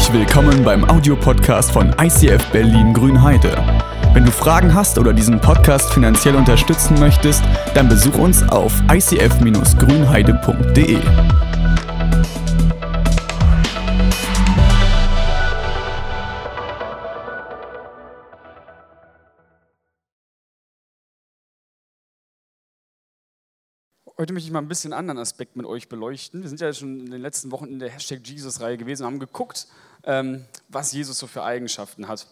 Herzlich willkommen beim Audiopodcast von ICF Berlin Grünheide. Wenn du Fragen hast oder diesen Podcast finanziell unterstützen möchtest, dann besuch uns auf icf-grünheide.de. Heute möchte ich mal ein bisschen anderen Aspekt mit euch beleuchten. Wir sind ja schon in den letzten Wochen in der #Jesus-Reihe gewesen und haben geguckt, was Jesus so für Eigenschaften hat.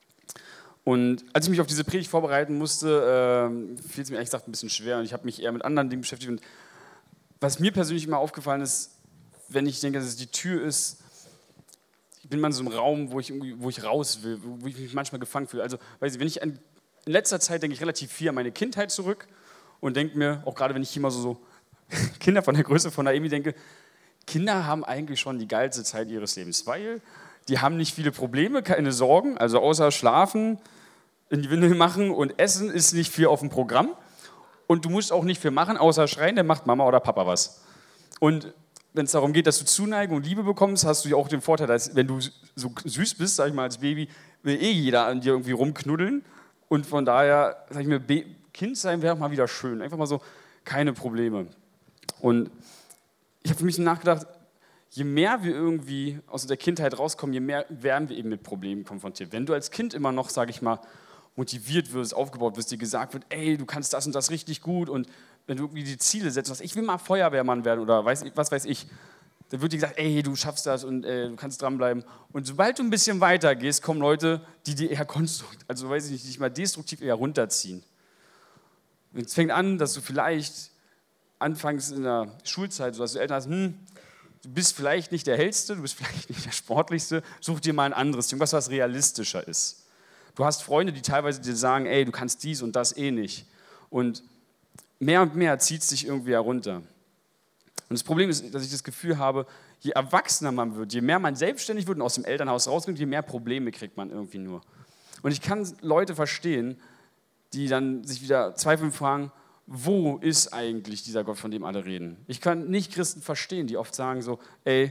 Und als ich mich auf diese Predigt vorbereiten musste, fiel es mir ehrlich gesagt ein bisschen schwer und ich habe mich eher mit anderen Dingen beschäftigt. Und was mir persönlich immer aufgefallen ist, wenn ich denke, dass es die Tür ist, ich bin mal in so einem Raum, wo ich raus will, wo ich mich manchmal gefangen fühle. Also, weiß ich, in letzter Zeit denke ich relativ viel an meine Kindheit zurück. Und denke mir, auch gerade wenn ich hier mal so Kinder von der Größe von Naomi denke, Kinder haben eigentlich schon die geilste Zeit ihres Lebens, weil die haben nicht viele Probleme, keine Sorgen, also außer schlafen, in die Windel machen und essen ist nicht viel auf dem Programm. Und du musst auch nicht viel machen, außer schreien, dann macht Mama oder Papa was. Und wenn es darum geht, dass du Zuneigung und Liebe bekommst, hast du ja auch den Vorteil, dass wenn du so süß bist, sag ich mal als Baby, will jeder an dir irgendwie rumknuddeln. Und von daher, sag ich mir, Kind sein wäre auch mal wieder schön. Einfach mal so, keine Probleme. Und ich habe für mich nachgedacht, je mehr wir irgendwie aus der Kindheit rauskommen, je mehr werden wir eben mit Problemen konfrontiert. Wenn du als Kind immer noch, sage ich mal, motiviert wirst, aufgebaut wirst, dir gesagt wird, ey, du kannst das und das richtig gut und wenn du irgendwie die Ziele setzt, ich will mal Feuerwehrmann werden oder was weiß ich, dann wird dir gesagt, ey, du schaffst das und du kannst dranbleiben. Und sobald du ein bisschen weiter gehst, kommen Leute, die dir eher also weiß ich nicht, dich mal destruktiv eher runterziehen. Und es fängt an, dass du vielleicht anfangs in der Schulzeit, so dass du Eltern hast, du bist vielleicht nicht der Hellste, du bist vielleicht nicht der Sportlichste, such dir mal ein anderes Ding, was realistischer ist. Du hast Freunde, die teilweise dir sagen, ey, du kannst dies und das eh nicht. Und mehr zieht es dich irgendwie herunter. Und das Problem ist, dass ich das Gefühl habe, je erwachsener man wird, je mehr man selbstständig wird und aus dem Elternhaus rauskommt, je mehr Probleme kriegt man irgendwie nur. Und ich kann Leute verstehen, die dann sich wieder zweifeln fragen, wo ist eigentlich dieser Gott, von dem alle reden? Ich kann nicht Christen verstehen, die oft sagen so, ey,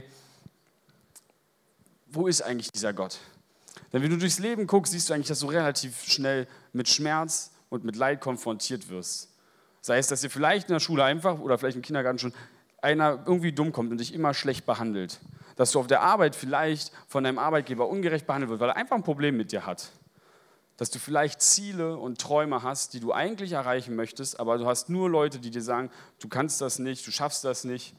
wo ist eigentlich dieser Gott? Denn wenn du durchs Leben guckst, siehst du eigentlich, dass du relativ schnell mit Schmerz und mit Leid konfrontiert wirst. Sei es, dass dir vielleicht in der Schule einfach oder vielleicht im Kindergarten schon einer irgendwie dumm kommt und dich immer schlecht behandelt. Dass du auf der Arbeit vielleicht von deinem Arbeitgeber ungerecht behandelt wirst, weil er einfach ein Problem mit dir hat. Dass du vielleicht Ziele und Träume hast, die du eigentlich erreichen möchtest, aber du hast nur Leute, die dir sagen, du kannst das nicht, du schaffst das nicht.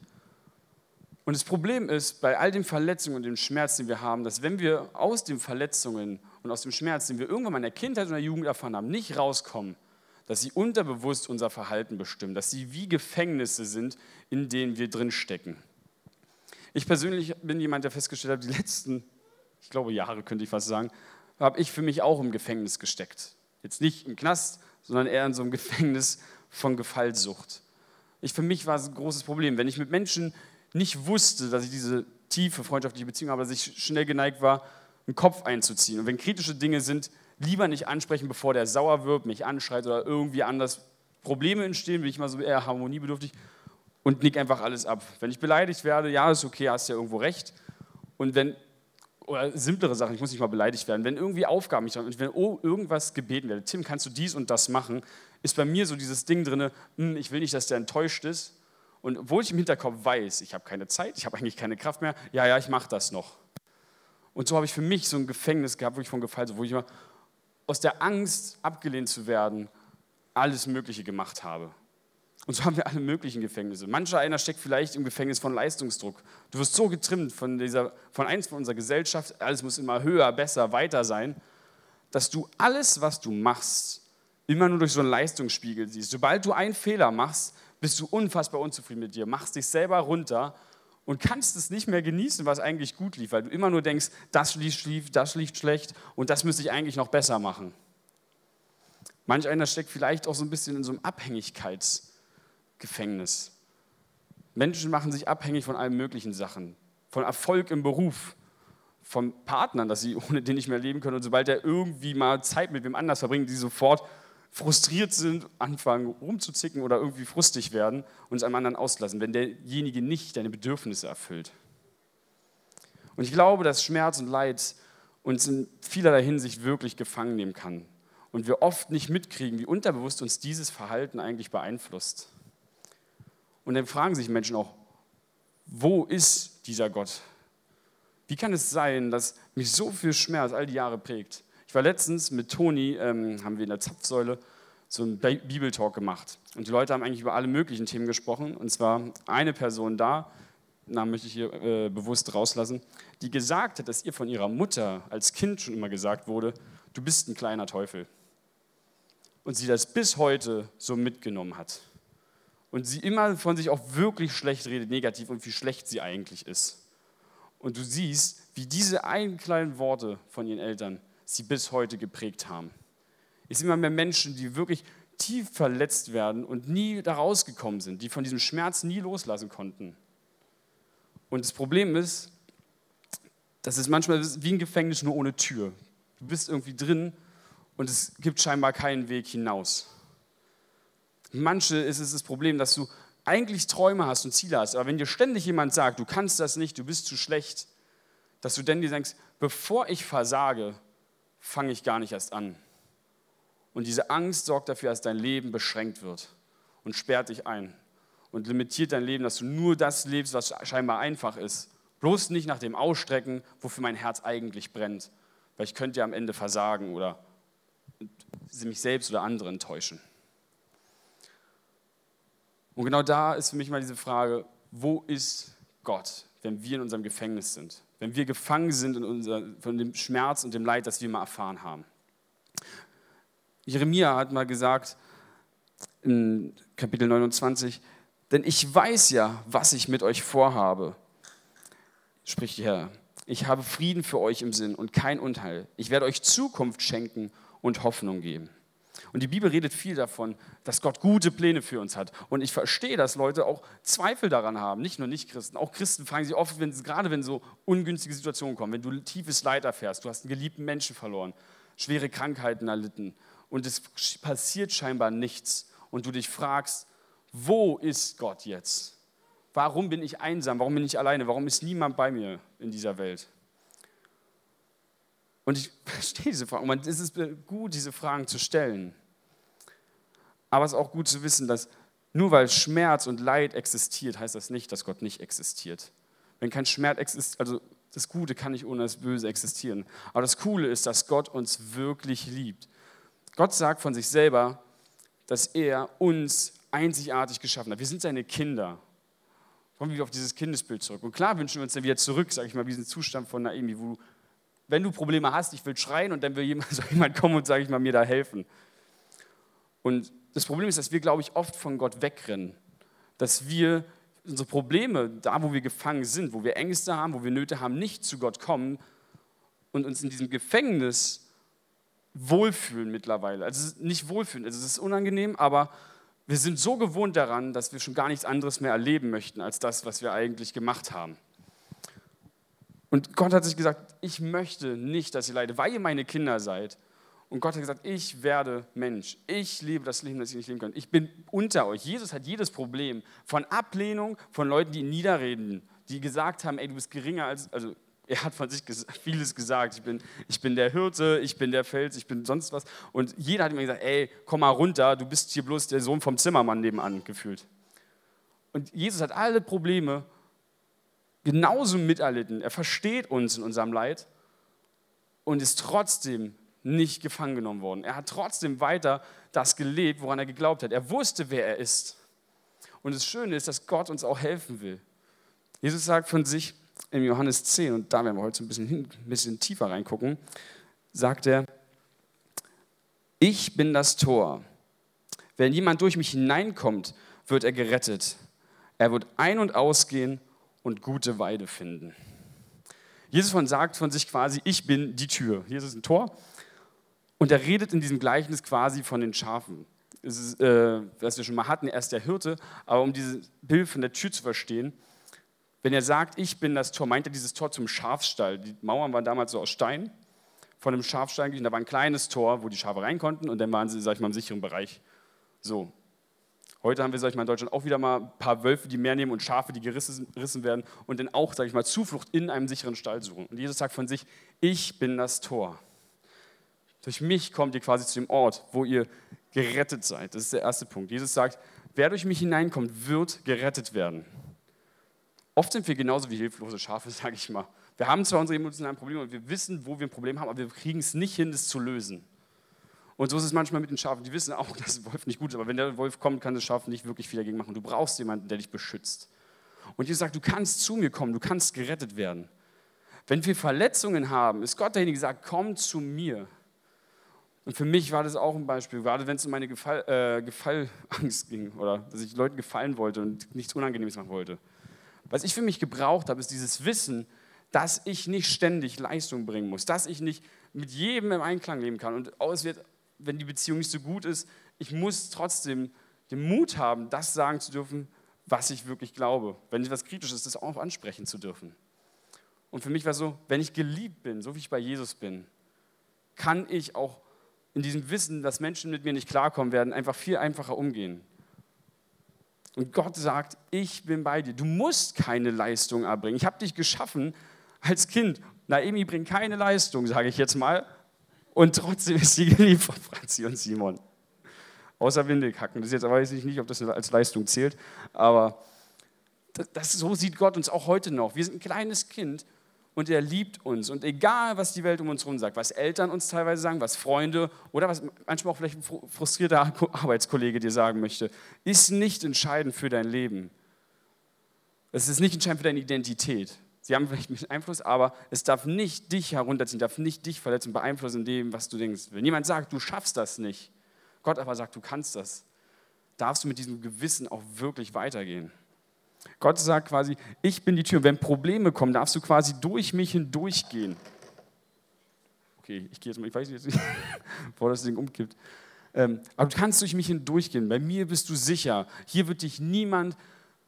Und das Problem ist, bei all den Verletzungen und dem Schmerz, den wir haben, dass wenn wir aus den Verletzungen und aus dem Schmerz, den wir irgendwann mal in der Kindheit und der Jugend erfahren haben, nicht rauskommen, dass sie unterbewusst unser Verhalten bestimmen, dass sie wie Gefängnisse sind, in denen wir drinstecken. Ich persönlich bin jemand, der festgestellt hat, die letzten, ich glaube Jahre könnte ich fast sagen, habe ich für mich auch im Gefängnis gesteckt. Jetzt nicht im Knast, sondern eher in so einem Gefängnis von Gefallsucht. Für mich war es ein großes Problem, wenn ich mit Menschen nicht wusste, dass ich diese tiefe freundschaftliche Beziehung habe, dass ich schnell geneigt war, einen Kopf einzuziehen. Und wenn kritische Dinge sind, lieber nicht ansprechen, bevor der sauer wird, mich anschreit oder irgendwie anders Probleme entstehen, bin ich mal so eher harmoniebedürftig und nick einfach alles ab. Wenn ich beleidigt werde, ja, ist okay, hast ja irgendwo recht. Und oder simplere Sachen, ich muss nicht mal beleidigt werden, wenn irgendwie Aufgaben nicht dran sind, wenn irgendwas gebeten wird, Tim, kannst du dies und das machen, ist bei mir so dieses Ding drin, ich will nicht, dass der enttäuscht ist. Und obwohl ich im Hinterkopf weiß, ich habe keine Zeit, ich habe eigentlich keine Kraft mehr, ja, ich mache das noch. Und so habe ich für mich so ein Gefängnis gehabt, wirklich von Gefall, wo ich immer aus der Angst, abgelehnt zu werden, alles Mögliche gemacht habe. Und so haben wir alle möglichen Gefängnisse. Mancher einer steckt vielleicht im Gefängnis von Leistungsdruck. Du wirst so getrimmt von unserer Gesellschaft, alles muss immer höher, besser, weiter sein, dass du alles, was du machst, immer nur durch so einen Leistungsspiegel siehst. Sobald du einen Fehler machst, bist du unfassbar unzufrieden mit dir, machst dich selber runter und kannst es nicht mehr genießen, was eigentlich gut lief, weil du immer nur denkst, das lief schlecht und das müsste ich eigentlich noch besser machen. Manch einer steckt vielleicht auch so ein bisschen in so einem Abhängigkeitsgefängnis. Menschen machen sich abhängig von allen möglichen Sachen, von Erfolg im Beruf, von Partnern, dass sie ohne den nicht mehr leben können und sobald er irgendwie mal Zeit mit wem anders verbringt, die sofort frustriert sind, anfangen rumzuzicken oder irgendwie frustig werden und es einem anderen auslassen, wenn derjenige nicht deine Bedürfnisse erfüllt. Und ich glaube, dass Schmerz und Leid uns in vielerlei Hinsicht wirklich gefangen nehmen kann. Und wir oft nicht mitkriegen, wie unterbewusst uns dieses Verhalten eigentlich beeinflusst. Und dann fragen sich Menschen auch, wo ist dieser Gott? Wie kann es sein, dass mich so viel Schmerz all die Jahre prägt? Ich war letztens mit Toni, haben wir in der Zapfsäule so einen Bibeltalk gemacht. Und die Leute haben eigentlich über alle möglichen Themen gesprochen. Und zwar eine Person da, Namen möchte ich hier bewusst rauslassen, die gesagt hat, dass ihr von ihrer Mutter als Kind schon immer gesagt wurde, du bist ein kleiner Teufel. Und sie das bis heute so mitgenommen hat. Und sie immer von sich auch wirklich schlecht redet, negativ und wie schlecht sie eigentlich ist. Und du siehst, wie diese einen kleinen Worte von ihren Eltern sie bis heute geprägt haben. Ich sehe immer mehr Menschen, die wirklich tief verletzt werden und nie da rausgekommen sind, die von diesem Schmerz nie loslassen konnten. Und das Problem ist, dass es manchmal ist wie ein Gefängnis nur ohne Tür. Du bist irgendwie drin und es gibt scheinbar keinen Weg hinaus. Manche ist es das Problem, dass du eigentlich Träume hast und Ziele hast, aber wenn dir ständig jemand sagt, du kannst das nicht, du bist zu schlecht, dass du dann dir denkst, bevor ich versage, fange ich gar nicht erst an. Und diese Angst sorgt dafür, dass dein Leben beschränkt wird und sperrt dich ein und limitiert dein Leben, dass du nur das lebst, was scheinbar einfach ist. Bloß nicht nach dem Ausstrecken, wofür mein Herz eigentlich brennt, weil ich könnte ja am Ende versagen oder mich selbst oder andere enttäuschen. Und genau da ist für mich mal diese Frage, wo ist Gott, wenn wir in unserem Gefängnis sind? Wenn wir gefangen sind von dem Schmerz und dem Leid, das wir mal erfahren haben. Jeremia hat mal gesagt, in Kapitel 29, denn ich weiß ja, was ich mit euch vorhabe, spricht der Herr. Ich habe Frieden für euch im Sinn und kein Unheil. Ich werde euch Zukunft schenken und Hoffnung geben. Und die Bibel redet viel davon, dass Gott gute Pläne für uns hat. Und ich verstehe, dass Leute auch Zweifel daran haben, nicht nur Nicht-Christen. Auch Christen fragen sich oft, gerade wenn so ungünstige Situationen kommen, wenn du tiefes Leid erfährst, du hast einen geliebten Menschen verloren, schwere Krankheiten erlitten und es passiert scheinbar nichts und du dich fragst, wo ist Gott jetzt? Warum bin ich einsam? Warum bin ich alleine? Warum ist niemand bei mir in dieser Welt? Und ich verstehe diese Fragen. Und es ist gut, diese Fragen zu stellen. Aber es ist auch gut zu wissen, dass nur weil Schmerz und Leid existiert, heißt das nicht, dass Gott nicht existiert. Wenn kein Schmerz existiert, also das Gute kann nicht ohne das Böse existieren. Aber das Coole ist, dass Gott uns wirklich liebt. Gott sagt von sich selber, dass er uns einzigartig geschaffen hat. Wir sind seine Kinder. Kommen wir wieder auf dieses Kindesbild zurück. Und klar wünschen wir uns dann wieder zurück, sage ich mal, diesen Zustand von Naomi, wo du, wenn du Probleme hast, ich will schreien und dann will jemand kommen und, sage ich mal, mir da helfen. Und das Problem ist, dass wir, glaube ich, oft von Gott wegrennen. Dass wir unsere Probleme, da wo wir gefangen sind, wo wir Ängste haben, wo wir Nöte haben, nicht zu Gott kommen und uns in diesem Gefängnis wohlfühlen mittlerweile. Also nicht wohlfühlen, also es ist unangenehm, aber wir sind so gewohnt daran, dass wir schon gar nichts anderes mehr erleben möchten, als das, was wir eigentlich gemacht haben. Und Gott hat sich gesagt, ich möchte nicht, dass ihr leidet, weil ihr meine Kinder seid. Und Gott hat gesagt, ich werde Mensch. Ich lebe das Leben, das ihr nicht leben könnt. Ich bin unter euch. Jesus hat jedes Problem von Ablehnung, von Leuten, die ihn niederreden, die gesagt haben, ey, du bist geringer als, also er hat von sich vieles gesagt. Ich bin der Hirte, ich bin der Fels, ich bin sonst was. Und jeder hat ihm gesagt, ey, komm mal runter, du bist hier bloß der Sohn vom Zimmermann nebenan gefühlt. Und Jesus hat alle Probleme genauso miterlitten. Er versteht uns in unserem Leid und ist trotzdem nicht gefangen genommen worden. Er hat trotzdem weiter das gelebt, woran er geglaubt hat. Er wusste, wer er ist. Und das Schöne ist, dass Gott uns auch helfen will. Jesus sagt von sich in Johannes 10, und da werden wir heute so ein bisschen tiefer reingucken, sagt er, ich bin das Tor. Wenn jemand durch mich hineinkommt, wird er gerettet. Er wird ein- und ausgehen und gute Weide finden. Jesus sagt von sich quasi, ich bin die Tür. Hier ist ein Tor. Und er redet in diesem Gleichnis quasi von den Schafen. Das ist, was wir schon mal hatten, er ist der Hirte, aber um dieses Bild von der Tür zu verstehen, wenn er sagt, ich bin das Tor, meint er dieses Tor zum Schafstall. Die Mauern waren damals so aus Stein, von einem Schafstall, und da war ein kleines Tor, wo die Schafe rein konnten und dann waren sie, sag ich mal, im sicheren Bereich. So. Heute haben wir, sag ich mal, in Deutschland auch wieder mal ein paar Wölfe, die mehr nehmen und Schafe, die gerissen werden und dann auch, sag ich mal, Zuflucht in einem sicheren Stall suchen. Und Jesus sagt von sich, ich bin das Tor. Durch mich kommt ihr quasi zu dem Ort, wo ihr gerettet seid. Das ist der erste Punkt. Jesus sagt, wer durch mich hineinkommt, wird gerettet werden. Oft sind wir genauso wie hilflose Schafe, sage ich mal. Wir haben zwar unsere emotionalen Probleme und wir wissen, wo wir ein Problem haben, aber wir kriegen es nicht hin, das zu lösen. Und so ist es manchmal mit den Schafen. Die wissen auch, dass der Wolf nicht gut ist, aber wenn der Wolf kommt, kann das Schaf nicht wirklich viel dagegen machen. Du brauchst jemanden, der dich beschützt. Und Jesus sagt, du kannst zu mir kommen, du kannst gerettet werden. Wenn wir Verletzungen haben, ist Gott derjenige, der sagt, komm zu mir. Und für mich war das auch ein Beispiel, gerade wenn es um meine Gefallangst ging oder dass ich Leuten gefallen wollte und nichts Unangenehmes machen wollte. Was ich für mich gebraucht habe, ist dieses Wissen, dass ich nicht ständig Leistung bringen muss, dass ich nicht mit jedem im Einklang leben kann. Und wenn die Beziehung nicht so gut ist, ich muss trotzdem den Mut haben, das sagen zu dürfen, was ich wirklich glaube. Wenn etwas kritisch ist, das auch ansprechen zu dürfen. Und für mich war es so, wenn ich geliebt bin, so wie ich bei Jesus bin, kann ich auch in diesem Wissen, dass Menschen mit mir nicht klarkommen werden, einfach viel einfacher umgehen. Und Gott sagt, ich bin bei dir. Du musst keine Leistung erbringen. Ich habe dich geschaffen als Kind. Naomi bringt keine Leistung, sage ich jetzt mal. Und trotzdem ist sie geliebt von Franzi und Simon. Außer Windelkacken. Das jetzt weiß ich nicht, ob das als Leistung zählt. Aber so sieht Gott uns auch heute noch. Wir sind ein kleines Kind und er liebt uns. Und egal, was die Welt um uns herum sagt, was Eltern uns teilweise sagen, was Freunde oder was manchmal auch vielleicht ein frustrierter Arbeitskollege dir sagen möchte, ist nicht entscheidend für dein Leben. Es ist nicht entscheidend für deine Identität. Sie haben vielleicht einen Einfluss, aber es darf nicht dich herunterziehen, darf nicht dich verletzen, beeinflussen in dem, was du denkst. Wenn jemand sagt, du schaffst das nicht, Gott aber sagt, du kannst das, darfst du mit diesem Gewissen auch wirklich weitergehen. Gott sagt quasi, ich bin die Tür. Wenn Probleme kommen, darfst du quasi durch mich hindurchgehen. Okay, ich gehe jetzt mal, ich weiß nicht, bevor das Ding umkippt. Aber du kannst durch mich hindurchgehen. Bei mir bist du sicher. Hier wird dich niemand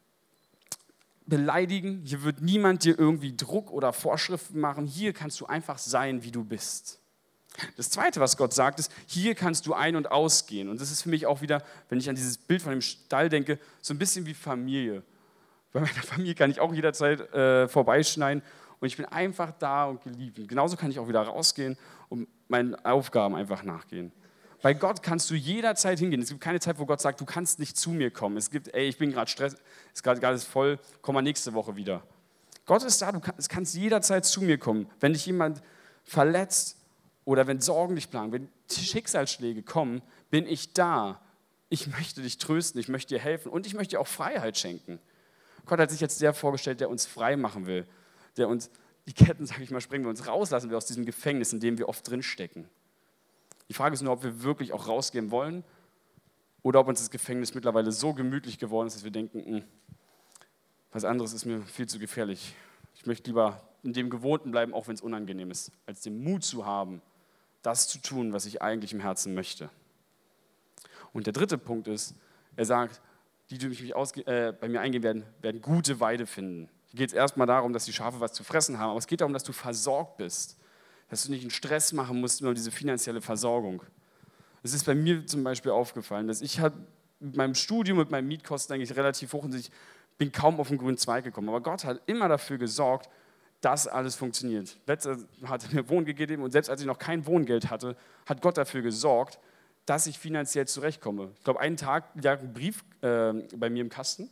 beleidigen. Hier wird niemand dir irgendwie Druck oder Vorschriften machen. Hier kannst du einfach sein, wie du bist. Das Zweite, was Gott sagt, ist, hier kannst du ein- und ausgehen. Und das ist für mich auch wieder, wenn ich an dieses Bild von dem Stall denke, so ein bisschen wie Familie. Bei meiner Familie kann ich auch jederzeit vorbeischneien und ich bin einfach da und geliebt. Und genauso kann ich auch wieder rausgehen und meinen Aufgaben einfach nachgehen. Bei Gott kannst du jederzeit hingehen. Es gibt keine Zeit, wo Gott sagt, du kannst nicht zu mir kommen. Es gibt, ich bin gerade Stress, ist gerade alles voll, komm mal nächste Woche wieder. Gott ist da, du kannst jederzeit zu mir kommen. Wenn dich jemand verletzt oder wenn Sorgen dich plagen, wenn Schicksalsschläge kommen, bin ich da. Ich möchte dich trösten, ich möchte dir helfen und ich möchte dir auch Freiheit schenken. Gott hat sich jetzt der vorgestellt, der uns frei machen will, der uns die Ketten, sage ich mal, sprengen will, uns rauslassen will aus diesem Gefängnis, in dem wir oft drinstecken. Die Frage ist nur, ob wir wirklich auch rausgehen wollen oder ob uns das Gefängnis mittlerweile so gemütlich geworden ist, dass wir denken, was anderes ist mir viel zu gefährlich. Ich möchte lieber in dem Gewohnten bleiben, auch wenn es unangenehm ist, als den Mut zu haben, das zu tun, was ich eigentlich im Herzen möchte. Und der dritte Punkt ist, er sagt, die bei mir eingehen werden gute Weide finden. Hier geht es erstmal darum, dass die Schafe was zu fressen haben, aber es geht darum, dass du versorgt bist, dass du nicht einen Stress machen musst über diese finanzielle Versorgung. Es ist bei mir zum Beispiel aufgefallen, dass ich mit meinem Studium, mit meinen Mietkosten eigentlich relativ hoch und ich bin kaum auf den grünen Zweig gekommen. Aber Gott hat immer dafür gesorgt, dass alles funktioniert. Letztes hat er mir Wohnen gegeben und selbst als ich noch kein Wohngeld hatte, hat Gott dafür gesorgt, dass ich finanziell zurechtkomme. Ich glaube, einen Tag lag ein Brief bei mir im Kasten.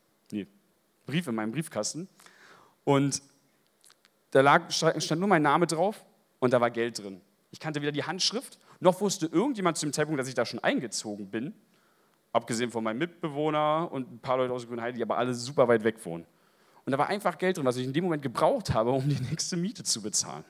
Brief in meinem Briefkasten. Und da stand nur mein Name drauf und da war Geld drin. Ich kannte weder die Handschrift, noch wusste irgendjemand zu dem Zeitpunkt, dass ich da schon eingezogen bin. Abgesehen von meinem Mitbewohner und ein paar Leute aus Grünheide, die aber alle super weit weg wohnen. Und da war einfach Geld drin, was ich in dem Moment gebraucht habe, um die nächste Miete zu bezahlen.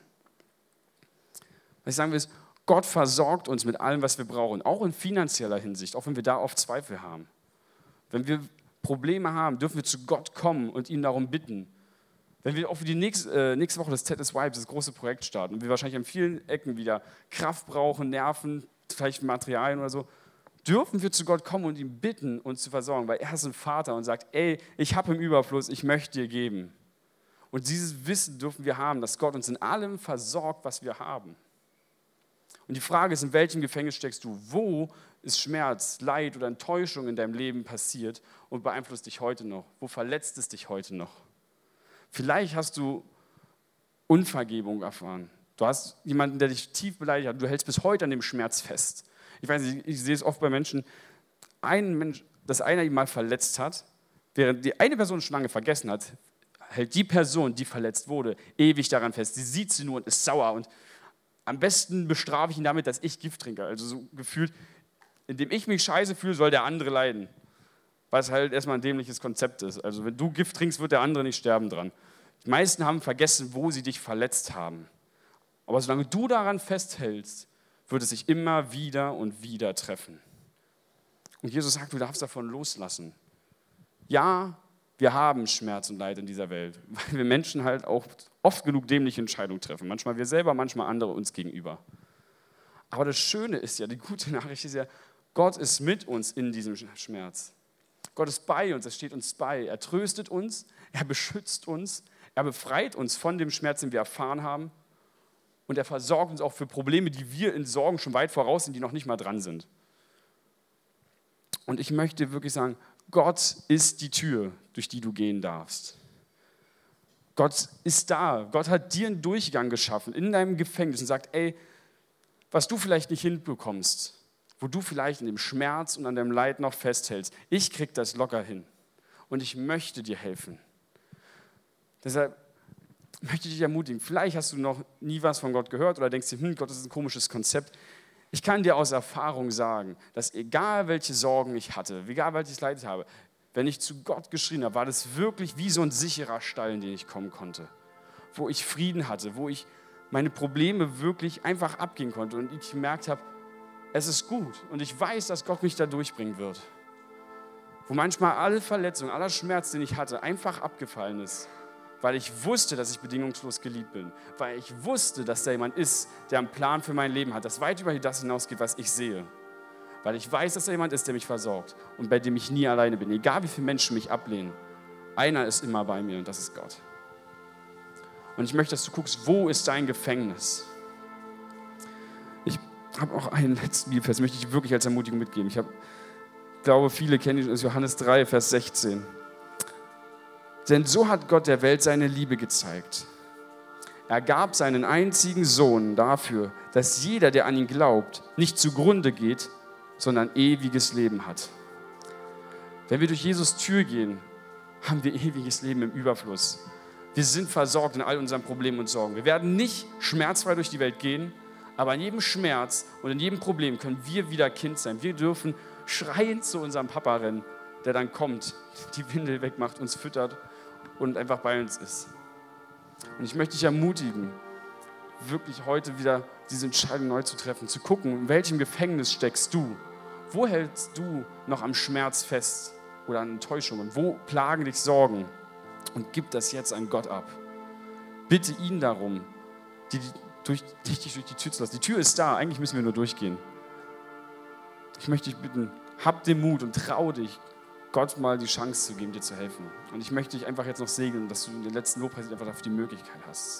Was ich sagen will, ist, Gott versorgt uns mit allem, was wir brauchen, auch in finanzieller Hinsicht, auch wenn wir da oft Zweifel haben. Wenn wir Probleme haben, dürfen wir zu Gott kommen und ihn darum bitten. Wenn wir auch für die nächste Woche das ZS Vibes, das große Projekt starten und wir wahrscheinlich an vielen Ecken wieder Kraft brauchen, Nerven, vielleicht Materialien oder so, dürfen wir zu Gott kommen und ihn bitten, uns zu versorgen, weil er ist ein Vater und sagt, ich habe im Überfluss, ich möchte dir geben. Und dieses Wissen dürfen wir haben, dass Gott uns in allem versorgt, was wir haben. Und die Frage ist, in welchem Gefängnis steckst du? Wo ist Schmerz, Leid oder Enttäuschung in deinem Leben passiert und beeinflusst dich heute noch? Wo verletzt es dich heute noch? Vielleicht hast du Unvergebung erfahren. Du hast jemanden, der dich tief beleidigt hat. Du hältst bis heute an dem Schmerz fest. Ich weiß nicht, ich sehe es oft bei Menschen, dass einer ihn mal verletzt hat, während die eine Person schon lange vergessen hat, hält die Person, die verletzt wurde, ewig daran fest. Sie sieht sie nur und ist sauer. Und am besten bestrafe ich ihn damit, dass ich Gift trinke. Also so gefühlt, indem ich mich scheiße fühle, soll der andere leiden. Was halt erstmal ein dämliches Konzept ist. Also wenn du Gift trinkst, wird der andere nicht sterben dran. Die meisten haben vergessen, wo sie dich verletzt haben. Aber solange du daran festhältst, wird es sich immer wieder und wieder treffen. Und Jesus sagt, du darfst davon loslassen. Ja, wir haben Schmerz und Leid in dieser Welt, weil wir Menschen halt auch oft genug dämliche Entscheidungen treffen. Manchmal wir selber, manchmal andere uns gegenüber. Aber das Schöne ist ja, die gute Nachricht ist ja, Gott ist mit uns in diesem Schmerz. Gott ist bei uns, er steht uns bei. Er tröstet uns, er beschützt uns, er befreit uns von dem Schmerz, den wir erfahren haben. Und er versorgt uns auch für Probleme, die wir in Sorgen schon weit voraus sind, die noch nicht mal dran sind. Und ich möchte wirklich sagen, Gott ist die Tür, durch die du gehen darfst. Gott ist da. Gott hat dir einen Durchgang geschaffen in deinem Gefängnis und sagt, ey, was du vielleicht nicht hinbekommst, wo du vielleicht in dem Schmerz und an deinem Leid noch festhältst, ich krieg das locker hin. Und ich möchte dir helfen. Deshalb möchte ich dich ermutigen, vielleicht hast du noch nie was von Gott gehört oder denkst dir, Gott, das ist ein komisches Konzept. Ich kann dir aus Erfahrung sagen, dass egal welche Sorgen ich hatte, egal welches Leid ich habe, wenn ich zu Gott geschrien habe, war das wirklich wie so ein sicherer Stall, in den ich kommen konnte. Wo ich Frieden hatte, wo ich meine Probleme wirklich einfach abgehen konnte und ich gemerkt habe, es ist gut und ich weiß, dass Gott mich da durchbringen wird. Wo manchmal alle Verletzungen, aller Schmerz, den ich hatte, einfach abgefallen ist. Weil ich wusste, dass ich bedingungslos geliebt bin. Weil ich wusste, dass da jemand ist, der einen Plan für mein Leben hat, das weit über das hinausgeht, was ich sehe. Weil ich weiß, dass da jemand ist, der mich versorgt und bei dem ich nie alleine bin. Egal wie viele Menschen mich ablehnen, einer ist immer bei mir und das ist Gott. Und ich möchte, dass du guckst, wo ist dein Gefängnis? Ich habe auch einen letzten Bibelvers, möchte ich dir wirklich als Ermutigung mitgeben. Ich glaube, viele kennen ihn, das ist Johannes 3, Vers 16. Denn so hat Gott der Welt seine Liebe gezeigt. Er gab seinen einzigen Sohn dafür, dass jeder, der an ihn glaubt, nicht zugrunde geht, sondern ewiges Leben hat. Wenn wir durch Jesus Tür gehen, haben wir ewiges Leben im Überfluss. Wir sind versorgt in all unseren Problemen und Sorgen. Wir werden nicht schmerzfrei durch die Welt gehen, aber in jedem Schmerz und in jedem Problem können wir wieder Kind sein. Wir dürfen schreiend zu unserem Papa rennen, der dann kommt, die Windel wegmacht, uns füttert und einfach bei uns ist. Und ich möchte dich ermutigen, wirklich heute wieder diese Entscheidung neu zu treffen, zu gucken, in welchem Gefängnis steckst du? Wo hältst du noch am Schmerz fest oder an Enttäuschungen? Wo plagen dich Sorgen? Und gib das jetzt an Gott ab. Bitte ihn darum, dich durch die Tür zu lassen. Die Tür ist da, eigentlich müssen wir nur durchgehen. Ich möchte dich bitten, hab den Mut und trau dich, Gott mal die Chance zu geben, dir zu helfen. Und ich möchte dich einfach jetzt noch segnen, dass du in den letzten Lobpreis einfach dafür die Möglichkeit hast.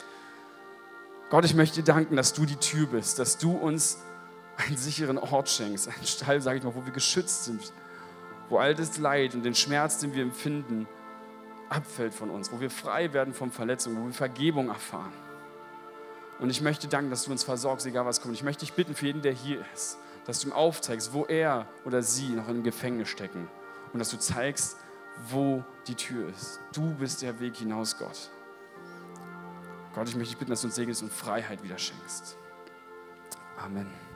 Gott, ich möchte dir danken, dass du die Tür bist, dass du uns einen sicheren Ort schenkst, einen Stall, sage ich mal, wo wir geschützt sind, wo all das Leid und den Schmerz, den wir empfinden, abfällt von uns, wo wir frei werden von Verletzungen, wo wir Vergebung erfahren. Und ich möchte danken, dass du uns versorgst, egal was kommt. Ich möchte dich bitten für jeden, der hier ist, dass du ihm aufzeigst, wo er oder sie noch im Gefängnis stecken. Und dass du zeigst, wo die Tür ist. Du bist der Weg hinaus, Gott. Gott, ich möchte dich bitten, dass du uns segnest und Freiheit wieder schenkst. Amen.